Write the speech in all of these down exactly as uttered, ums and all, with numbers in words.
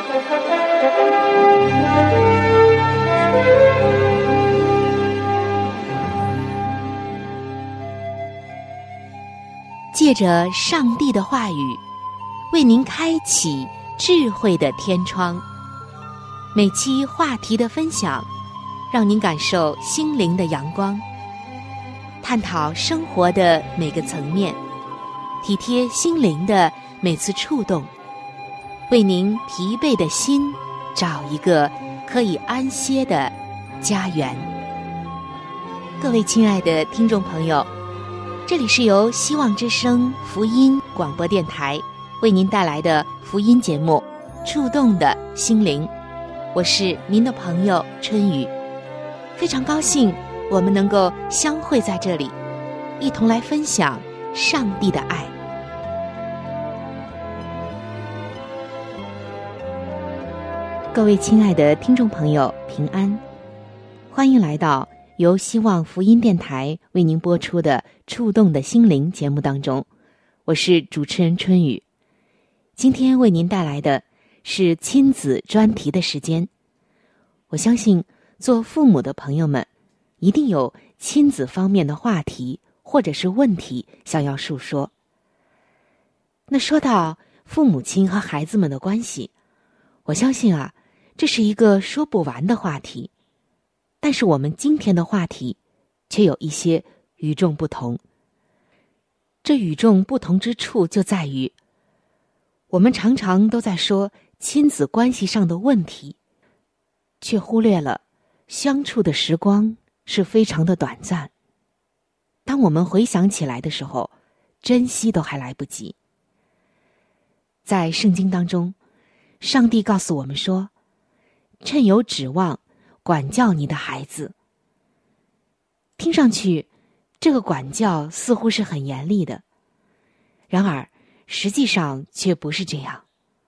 借着上帝的话语，为您开启智慧的天窗。每期话题的分享，让您感受心灵的阳光，探讨生活的每个层面，体贴心灵的每次触动，为您疲惫的心找一个可以安歇的家园。各位亲爱的听众朋友，这里是由希望之声福音广播电台为您带来的福音节目《触动的心灵》，我是您的朋友春雨，非常高兴我们能够相会在这里，一同来分享上帝的爱。各位亲爱的听众朋友，平安，欢迎来到由希望福音电台为您播出的《触动的心灵》节目当中，我是主持人春雨。今天为您带来的是亲子专题的时间。我相信做父母的朋友们一定有亲子方面的话题或者是问题想要述说。那说到父母亲和孩子们的关系，我相信啊，这是一个说不完的话题。但是我们今天的话题却有一些与众不同。这与众不同之处就在于，我们常常都在说亲子关系上的问题，却忽略了相处的时光是非常的短暂。当我们回想起来的时候，珍惜都还来不及。在圣经当中，上帝告诉我们说，趁有指望管教你的孩子。听上去这个管教似乎是很严厉的，然而实际上却不是这样。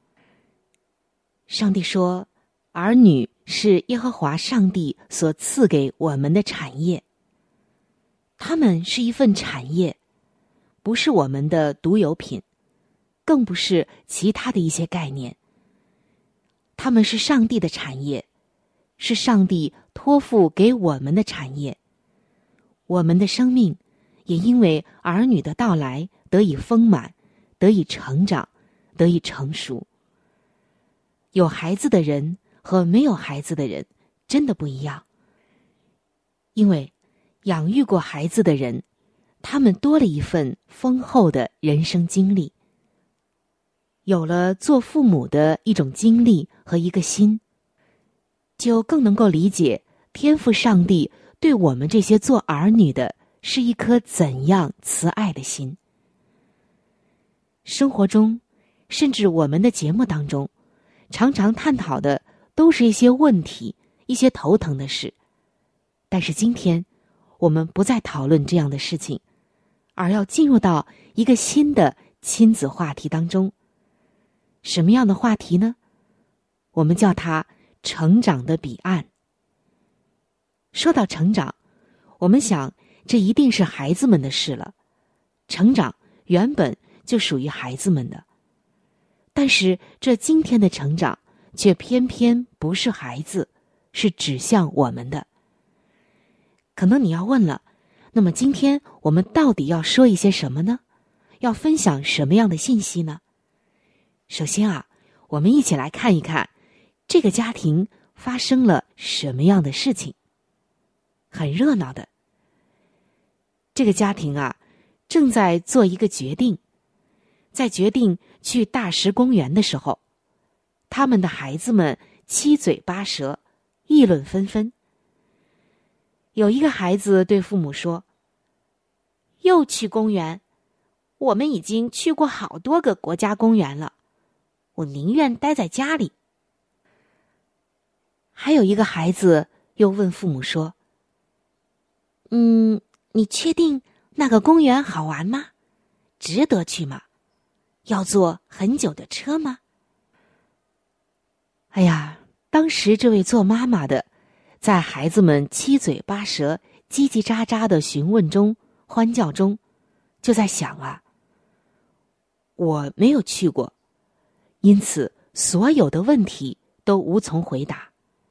上帝说，儿女是耶和华上帝所赐给我们的产业，他们是一份产业，不是我们的独有品，更不是其他的一些概念。他们是上帝的产业，是上帝托付给我们的产业。我们的生命也因为儿女的到来得以丰满，得以成长，得以成熟。有孩子的人和没有孩子的人真的不一样，因为养育过孩子的人，他们多了一份丰厚的人生经历，有了做父母的一种经历和一个心，就更能够理解天父上帝对我们这些做儿女的是一颗怎样慈爱的心。生活中，甚至我们的节目当中，常常探讨的都是一些问题，一些头疼的事。但是今天，我们不再讨论这样的事情，而要进入到一个新的亲子话题当中。什么样的话题呢？我们叫它成长的彼岸。说到成长，我们想这一定是孩子们的事了。成长原本就属于孩子们的，但是这今天的成长却偏偏不是孩子，是指向我们的。可能你要问了，那么今天我们到底要说一些什么呢？要分享什么样的信息呢？首先啊，我们一起来看一看这个家庭发生了什么样的事情。很热闹的。这个家庭啊，正在做一个决定。在决定去大石公园的时候，他们的孩子们七嘴八舌，议论纷纷。有一个孩子对父母说，又去公园，我们已经去过好多个国家公园了，我宁愿待在家里。还有一个孩子又问父母说，嗯，你确定那个公园好玩吗？值得去吗？要坐很久的车吗？哎呀，当时这位做妈妈的，在孩子们七嘴八舌、叽叽喳喳的询问中、欢叫中，就在想啊，我没有去过，因此所有的问题都无从回答。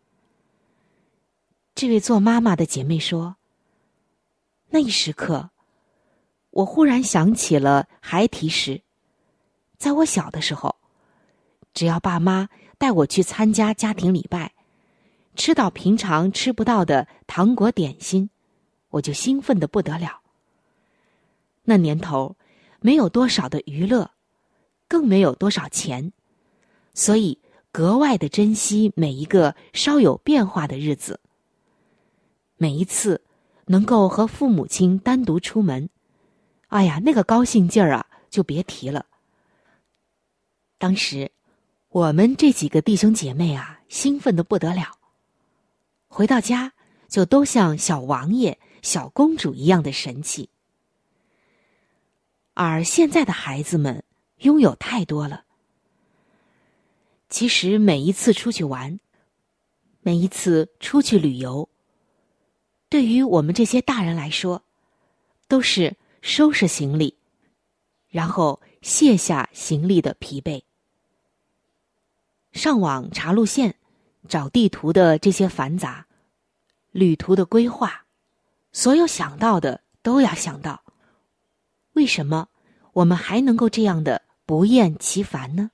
这位做妈妈的姐妹说，那一时刻，我忽然想起了孩提时，在我小的时候，只要爸妈带我去参加家庭礼拜，吃到平常吃不到的糖果点心，我就兴奋得不得了。那年头没有多少的娱乐，更没有多少钱，所以格外的珍惜每一个稍有变化的日子。每一次能够和父母亲单独出门，哎呀，那个高兴劲儿啊，就别提了。当时我们这几个弟兄姐妹啊，兴奋得不得了。回到家就都像小王爷、小公主一样的神气。而现在的孩子们拥有太多了。其实每一次出去玩，每一次出去旅游，对于我们这些大人来说，都是收拾行李，然后卸下行李的疲惫。上网查路线，找地图的这些繁杂，旅途的规划，所有想到的都要想到。为什么我们还能够这样的不厌其烦呢？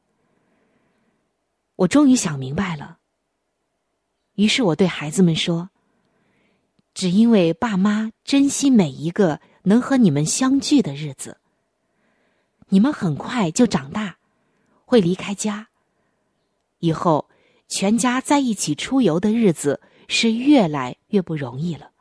我终于想明白了。于是我对孩子们说，只因为爸妈珍惜每一个能和你们相聚的日子，你们很快就长大，会离开家，以后全家在一起出游的日子是越来越不容易了。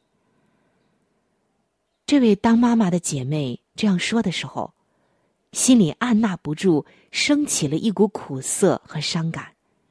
这位当妈妈的姐妹这样说的时候，心里按捺不住升起了一股苦涩和伤感。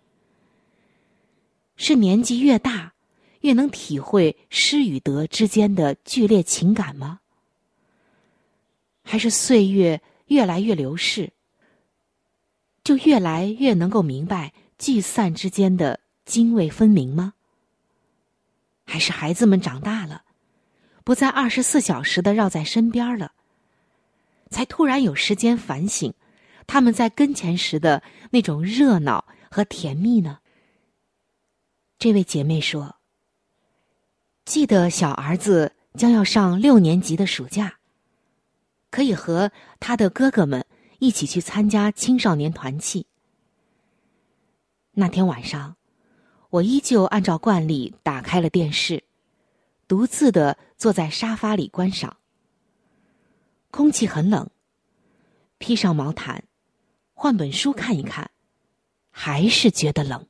是年纪越大，越能体会失与得之间的剧烈情感吗？还是岁月越来越流逝，就越来越能够明白聚散之间的泾渭分明吗？还是孩子们长大了，不再二十四小时的绕在身边了，才突然有时间反省他们在跟前时的那种热闹和甜蜜呢？这位姐妹说，记得小儿子将要上六年级的暑假，可以和他的哥哥们一起去参加青少年团契。那天晚上，我依旧按照惯例打开了电视，独自的坐在沙发里观赏。空气很冷，披上毛毯，换本书看一看，还是觉得冷。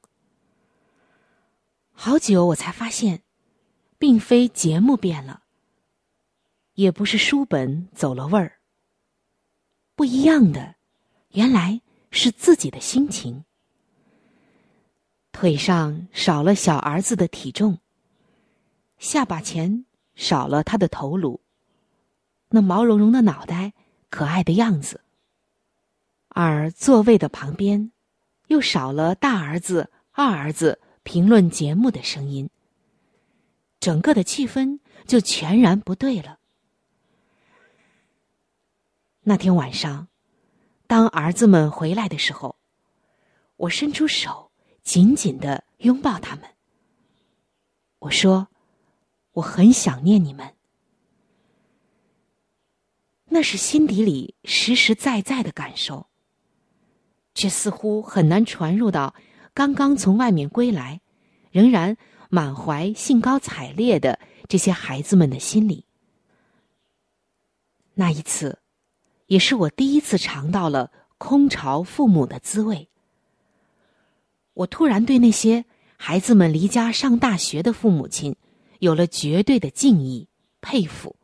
好久我才发现，并非节目变了，也不是书本走了味儿。不一样的，原来是自己的心情。腿上少了小儿子的体重，下巴前少了他的头颅，那毛茸茸的脑袋，可爱的样子。而座位的旁边，又少了大儿子、二儿子评论节目的声音，整个的气氛就全然不对了。那天晚上，当儿子们回来的时候，我伸出手紧紧地拥抱他们。我说，我很想念你们。那是心底里实实在在的感受，却似乎很难传入到刚刚从外面归来，仍然满怀兴高采烈的这些孩子们的心里。那一次，也是我第一次尝到了空巢父母的滋味。我突然对那些孩子们离家上大学的父母亲有了绝对的敬意、佩服。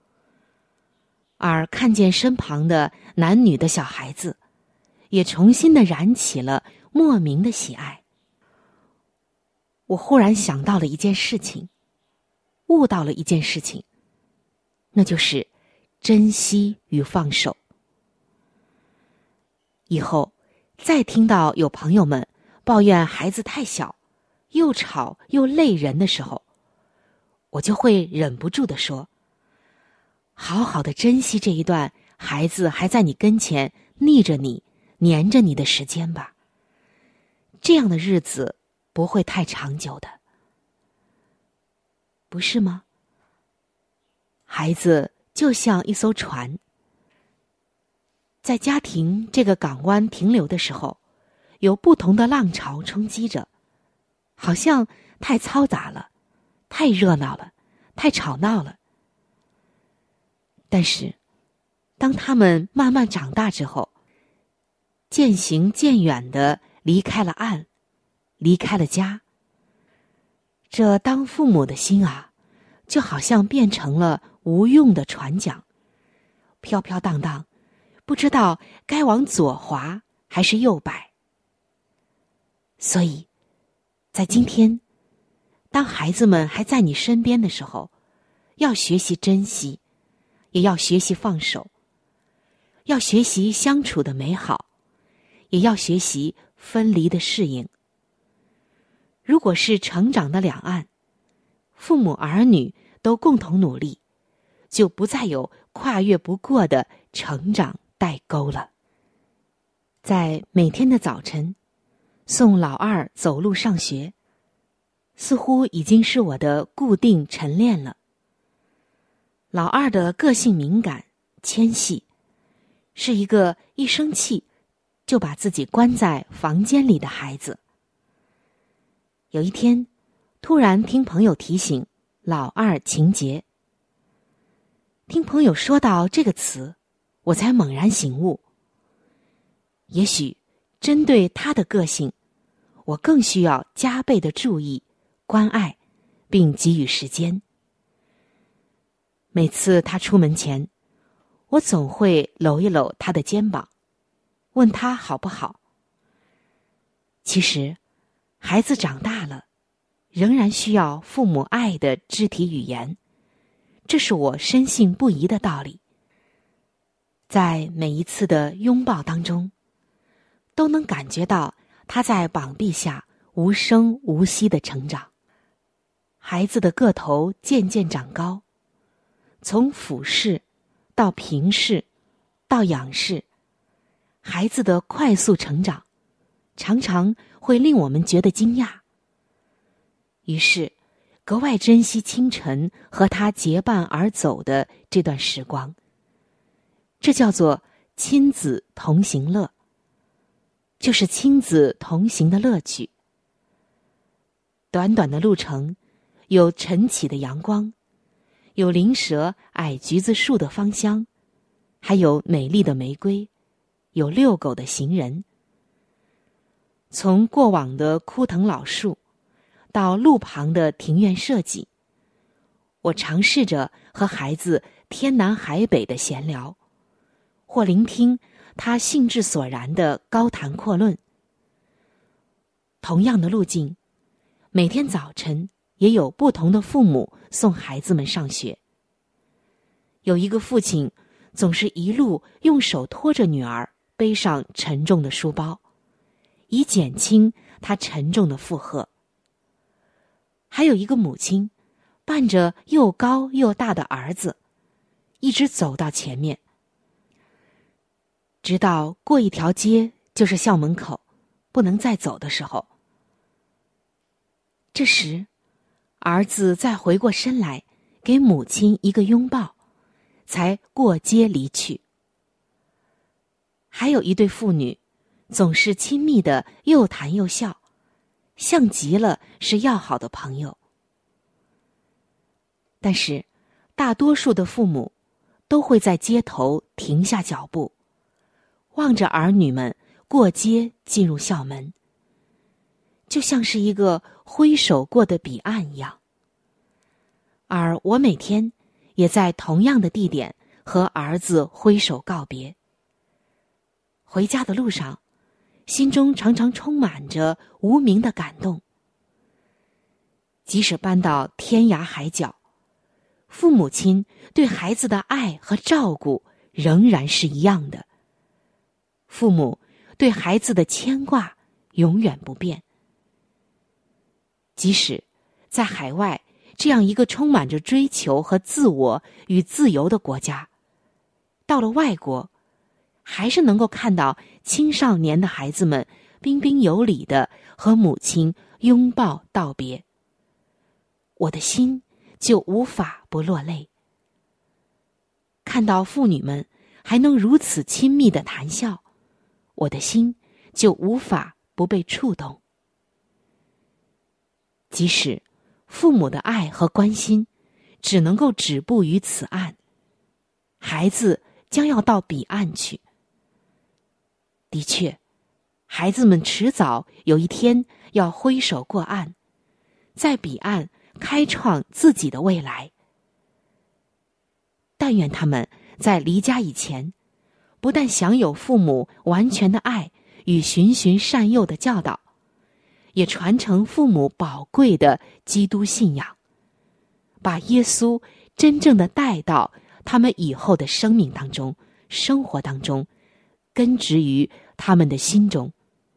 而看见身旁的男女的小孩子，也重新的燃起了莫名的喜爱。我忽然想到了一件事情，悟到了一件事情，那就是珍惜与放手。以后再听到有朋友们抱怨孩子太小，又吵又累人的时候，我就会忍不住地说，好好的珍惜这一段孩子还在你跟前腻着你、黏着你的时间吧， 这样的日子不会太长久的，不是吗？孩子就像一艘船，在家庭这个港湾停留的时候，有不同的浪潮冲击着，好像太嘈杂了，太热闹了，太吵闹了。但是当他们慢慢长大之后，渐行渐远地离开了岸，离开了家，这当父母的心啊，就好像变成了无用的船桨，飘飘荡荡，不知道该往左滑还是右摆。所以在今天，当孩子们还在你身边的时候，要学习珍惜，也要学习放手，要学习相处的美好，也要学习分离的适应。如果是成长的两岸，父母儿女都共同努力，就不再有跨越不过的成长代沟了。在每天的早晨，送老二走路上学，似乎已经是我的固定晨练了。老二的个性敏感、纤细，是一个一生气就把自己关在房间里的孩子。有一天，突然听朋友提醒老二情节，听朋友说到这个词，我才猛然醒悟，也许针对他的个性，我更需要加倍的注意、关爱，并给予时间。每次他出门前，我总会搂一搂他的肩膀，问他好不好。其实，孩子长大了，仍然需要父母爱的肢体语言，这是我深信不疑的道理。在每一次的拥抱当中，都能感觉到他在膀臂下无声无息的成长。孩子的个头渐渐长高，从俯视到平视到仰视，孩子的快速成长常常会令我们觉得惊讶。于是格外珍惜清晨和他结伴而走的这段时光，这叫做亲子同行乐，就是亲子同行的乐趣。短短的路程，有晨起的阳光，有灵蛇矮橘子树的芳香，还有美丽的玫瑰，有遛狗的行人。从过往的枯藤老树到路旁的庭院设计，我尝试着和孩子天南海北的闲聊，或聆听他兴致索然的高谈阔论。同样的路径，每天早晨也有不同的父母送孩子们上学。有一个父亲总是一路用手托着女儿背上沉重的书包，以减轻他沉重的负荷。还有一个母亲伴着又高又大的儿子，一直走到前面，直到过一条街就是校门口，不能再走的时候。这时，儿子再回过身来，给母亲一个拥抱，才过街离去。还有一对父女，总是亲密的又谈又笑，像极了是要好的朋友。但是，大多数的父母都会在街头停下脚步，望着儿女们过街进入校门，就像是一个挥手过的彼岸一样。而我每天也在同样的地点和儿子挥手告别。回家的路上，心中常常充满着无名的感动。即使搬到天涯海角，父母亲对孩子的爱和照顾仍然是一样的。父母对孩子的牵挂永远不变。即使在海外这样一个充满着追求和自我与自由的国家，到了外国，还是能够看到青少年的孩子们彬彬有礼地和母亲拥抱道别，我的心就无法不落泪。看到父女们还能如此亲密地谈笑，我的心就无法不被触动。即使父母的爱和关心只能够止步于此岸，孩子将要到彼岸去。的确，孩子们迟早有一天要挥手过岸，在彼岸开创自己的未来。但愿他们在离家以前，不但享有父母完全的爱与循循善诱的教导，也传承父母宝贵的基督信仰，把耶稣真正的带到他们以后的生命当中、生活当中，根植于他们的心中。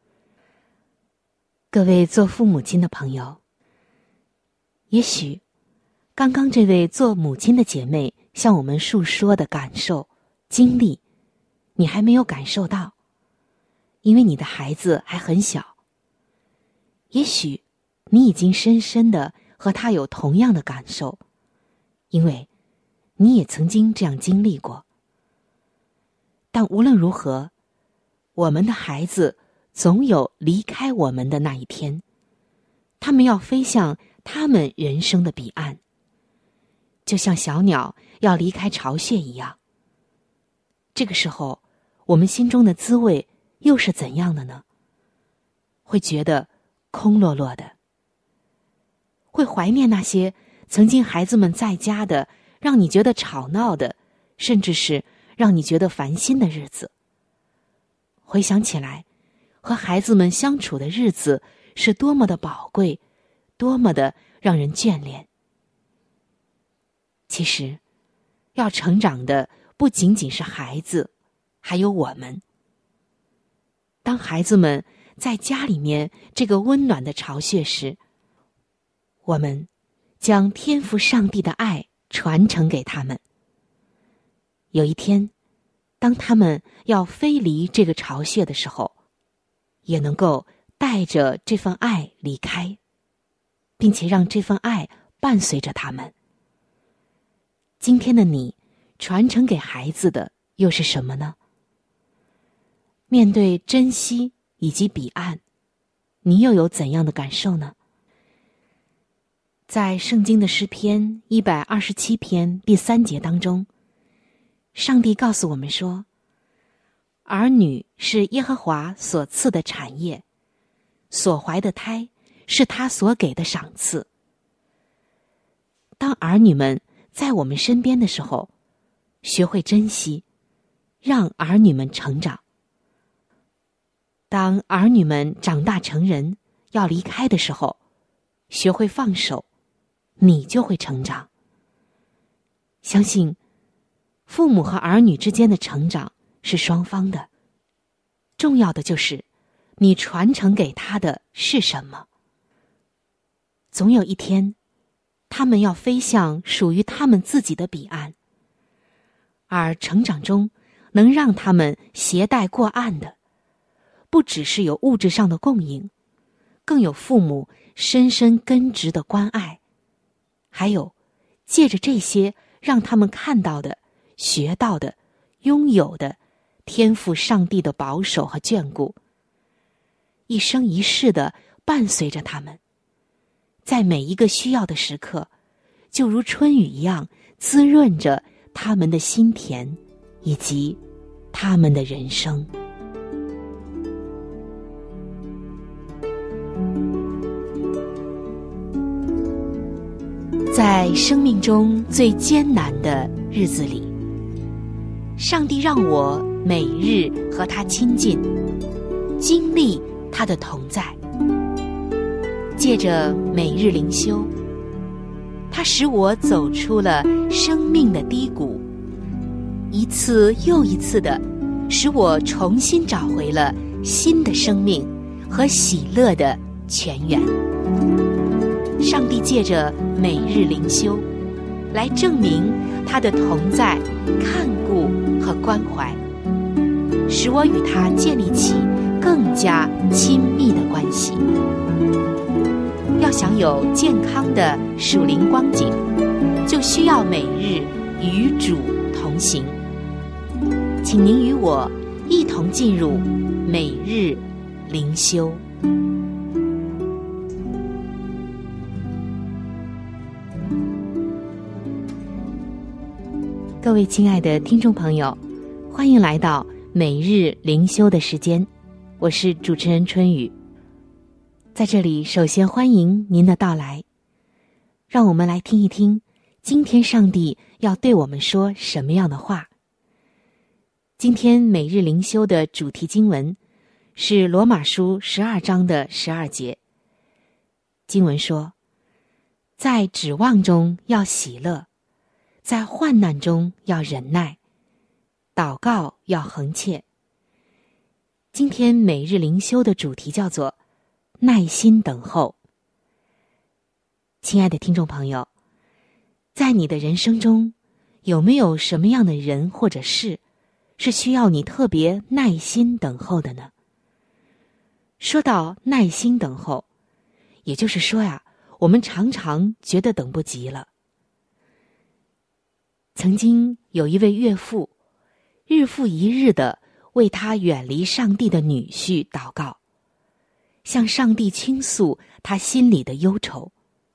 各位做父母亲的朋友，也许刚刚这位做母亲的姐妹向我们述说的感受、经历，你还没有感受到，因为你的孩子还很小。也许你已经深深的和他有同样的感受，因为你也曾经这样经历过。但无论如何，我们的孩子总有离开我们的那一天，他们要飞向他们人生的彼岸，就像小鸟要离开巢穴一样。这个时候，我们心中的滋味又是怎样的呢？会觉得空落落的，会怀念那些曾经孩子们在家的让你觉得吵闹的，甚至是让你觉得烦心的日子。回想起来，和孩子们相处的日子是多么的宝贵，多么的让人眷恋。其实，要成长的不仅仅是孩子，还有我们。当孩子们在家里面这个温暖的巢穴时，我们将天父上帝的爱传承给他们。有一天，当他们要飞离这个巢穴的时候，也能够带着这份爱离开，并且让这份爱伴随着他们。今天的你传承给孩子的又是什么呢？面对珍惜以及彼岸，你又有怎样的感受呢？在圣经的诗篇一百二十七篇第三节当中，上帝告诉我们说，儿女是耶和华所赐的产业，所怀的胎是他所给的赏赐。当儿女们在我们身边的时候，学会珍惜，让儿女们成长。当儿女们长大成人要离开的时候，学会放手，你就会成长。相信父母和儿女之间的成长是双方的，重要的就是你传承给他的是什么。总有一天，他们要飞向属于他们自己的彼岸，而成长中能让他们携带过岸的，不只是有物质上的供应，更有父母深深根植的关爱，还有借着这些让他们看到的、学到的、拥有的天父上帝的保守和眷顾，一生一世的伴随着他们，在每一个需要的时刻，就如春雨一样滋润着他们的心田以及他们的人生。在生命中最艰难的日子里，上帝让我每日和他亲近，经历他的同在。借着每日灵修，他使我走出了生命的低谷，一次又一次的使我重新找回了新的生命和喜乐的泉源。上帝借着每日灵修来证明他的同在、看顾和关怀，使我与他建立起更加亲密的关系。要想有健康的属灵光景，就需要每日与主同行。请您与我一同进入每日灵修。各位亲爱的听众朋友，欢迎来到每日灵修的时间，我是主持人春雨。在这里首先欢迎您的到来，让我们来听一听今天上帝要对我们说什么样的话。今天每日灵修的主题经文是罗马书十二章的十二节。经文说，在指望中要喜乐，在患难中要忍耐，祷告要恒切。今天每日灵修的主题叫做耐心等候。亲爱的听众朋友，在你的人生中，有没有什么样的人或者事是需要你特别耐心等候的呢？说到耐心等候，也就是说呀，我们常常觉得等不及了。曾经有一位岳父，日复一日地为他远离上帝的女婿祷告，向上帝倾诉他心里的忧愁。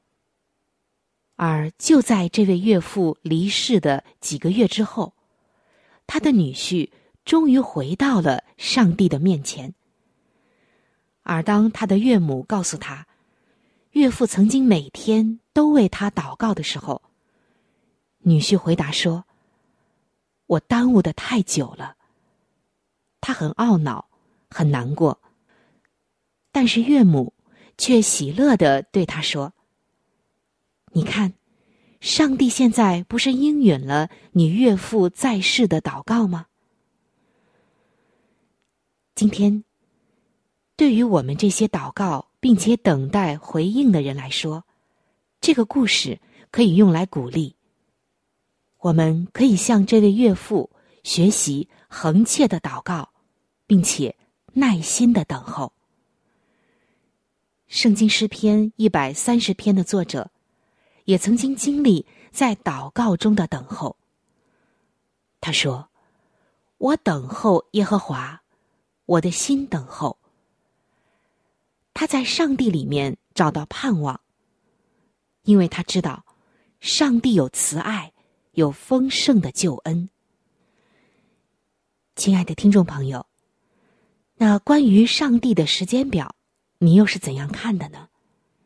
而就在这位岳父离世的几个月之后，他的女婿终于回到了上帝的面前。而当他的岳母告诉他，岳父曾经每天都为他祷告的时候，女婿回答说，我耽误得太久了。他很懊恼，很难过，但是岳母却喜乐地对他说，你看，上帝现在不是应允了你岳父在世的祷告吗？今天，对于我们这些祷告并且等待回应的人来说，这个故事可以用来鼓励。我们可以向这位岳父学习恒切的祷告，并且耐心的等候。圣经诗篇一百三十篇的作者也曾经经历在祷告中的等候。他说，我等候耶和华，我的心等候。他在上帝里面找到盼望，因为他知道上帝有慈爱，有丰盛的救恩。亲爱的听众朋友，那关于上帝的时间表，你又是怎样看的呢？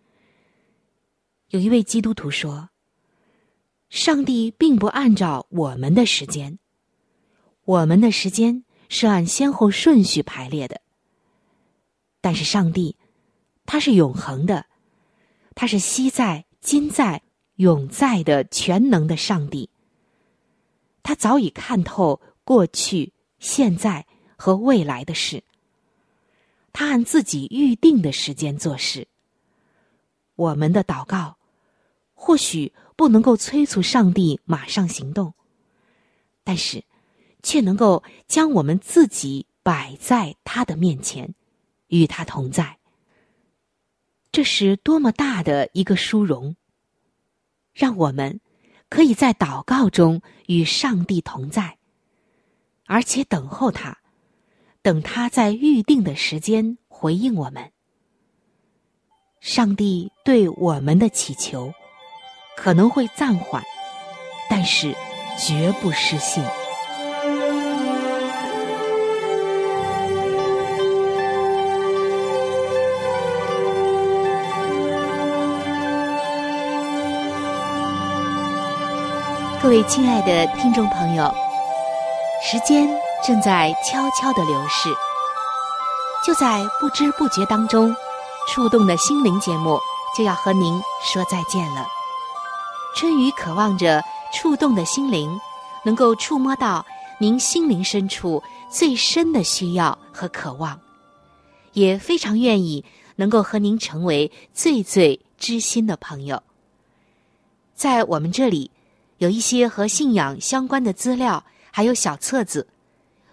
有一位基督徒说，上帝并不按照我们的时间，我们的时间是按先后顺序排列的。但是上帝，他是永恒的，他是昔在、今在、永在的全能的上帝。他早已看透过去、现在和未来的事，他按自己预定的时间做事。我们的祷告或许不能够催促上帝马上行动，但是却能够将我们自己摆在他的面前，与他同在。这是多么大的一个殊荣，让我们可以在祷告中与上帝同在，而且等候他，等他在预定的时间回应我们。上帝对我们的祈求可能会暂缓，但是绝不失信。各位亲爱的听众朋友，时间正在悄悄地流逝，就在不知不觉当中，触动的心灵节目就要和您说再见了。春雨渴望着触动的心灵能够触摸到您心灵深处最深的需要和渴望，也非常愿意能够和您成为最最知心的朋友。在我们这里有一些和信仰相关的资料，还有小册子，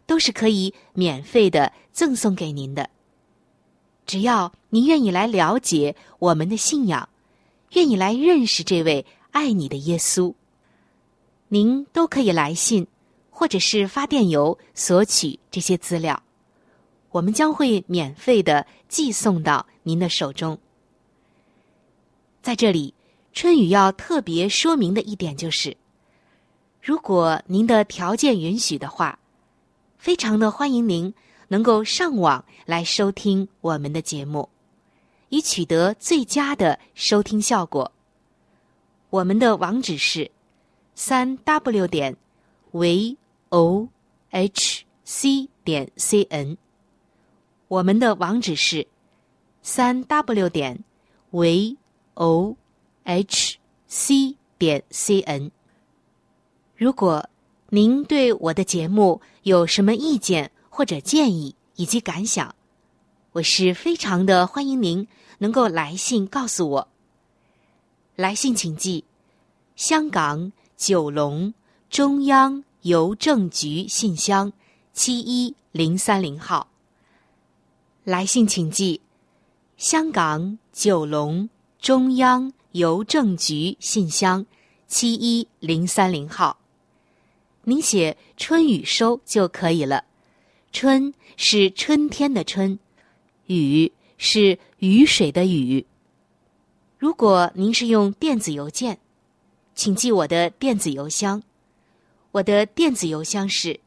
都是可以免费的赠送给您的。只要您愿意来了解我们的信仰，愿意来认识这位爱你的耶稣，您都可以来信或者是发电邮索取这些资料，我们将会免费的寄送到您的手中。在这里，春雨要特别说明的一点就是，如果您的条件允许的话，非常的欢迎您能够上网来收听我们的节目，以取得最佳的收听效果。我们的网址是三 w 点 v o h c 点 c n， 我们的网址是三 w 点 v o h c 点 c n。 如果您对我的节目有什么意见或者建议以及感想，我是非常的欢迎您能够来信告诉我。来信请寄香港九龙中央邮政局信箱七一零三零号。来信请寄香港九龙中央邮政局信箱七一零三零号。您写春雨收就可以了。春是春天的春，雨是雨水的雨。如果您是用电子邮件，请记我的电子邮箱。我的电子邮箱是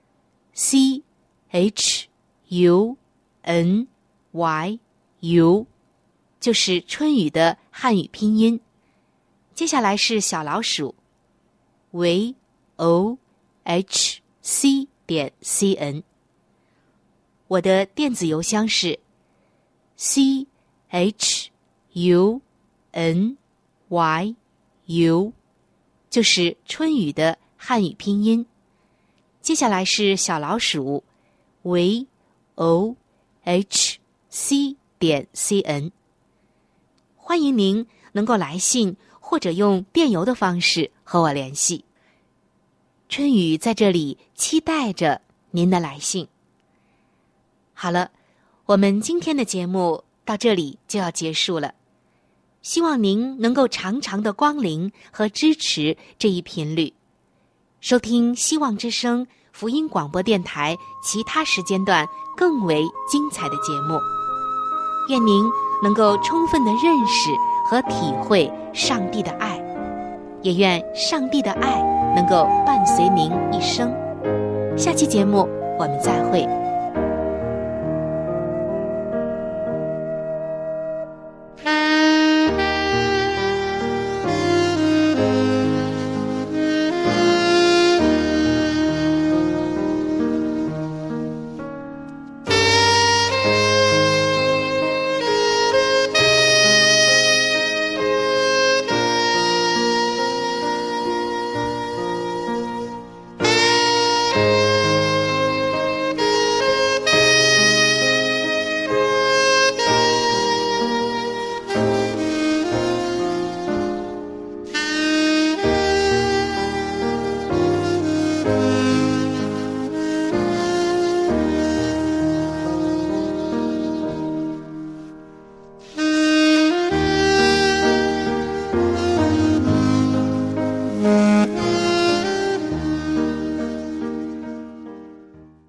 c h u n y u， 就是春雨的汉语拼音。接下来是小老鼠 v o h c 点 c n。 我的电子邮箱是 c h u n y u， 就是春雨的汉语拼音。接下来是小老鼠 v o h c 点 c n。 欢迎您能够来信或者用电邮的方式和我联系。春雨在这里期待着您的来信。好了，我们今天的节目到这里就要结束了。希望您能够常常的光临和支持这一频率，收听希望之声福音广播电台其他时间段更为精彩的节目。愿您能够充分的认识和体会上帝的爱，也愿上帝的爱能够伴随您一生。下期节目我们再会。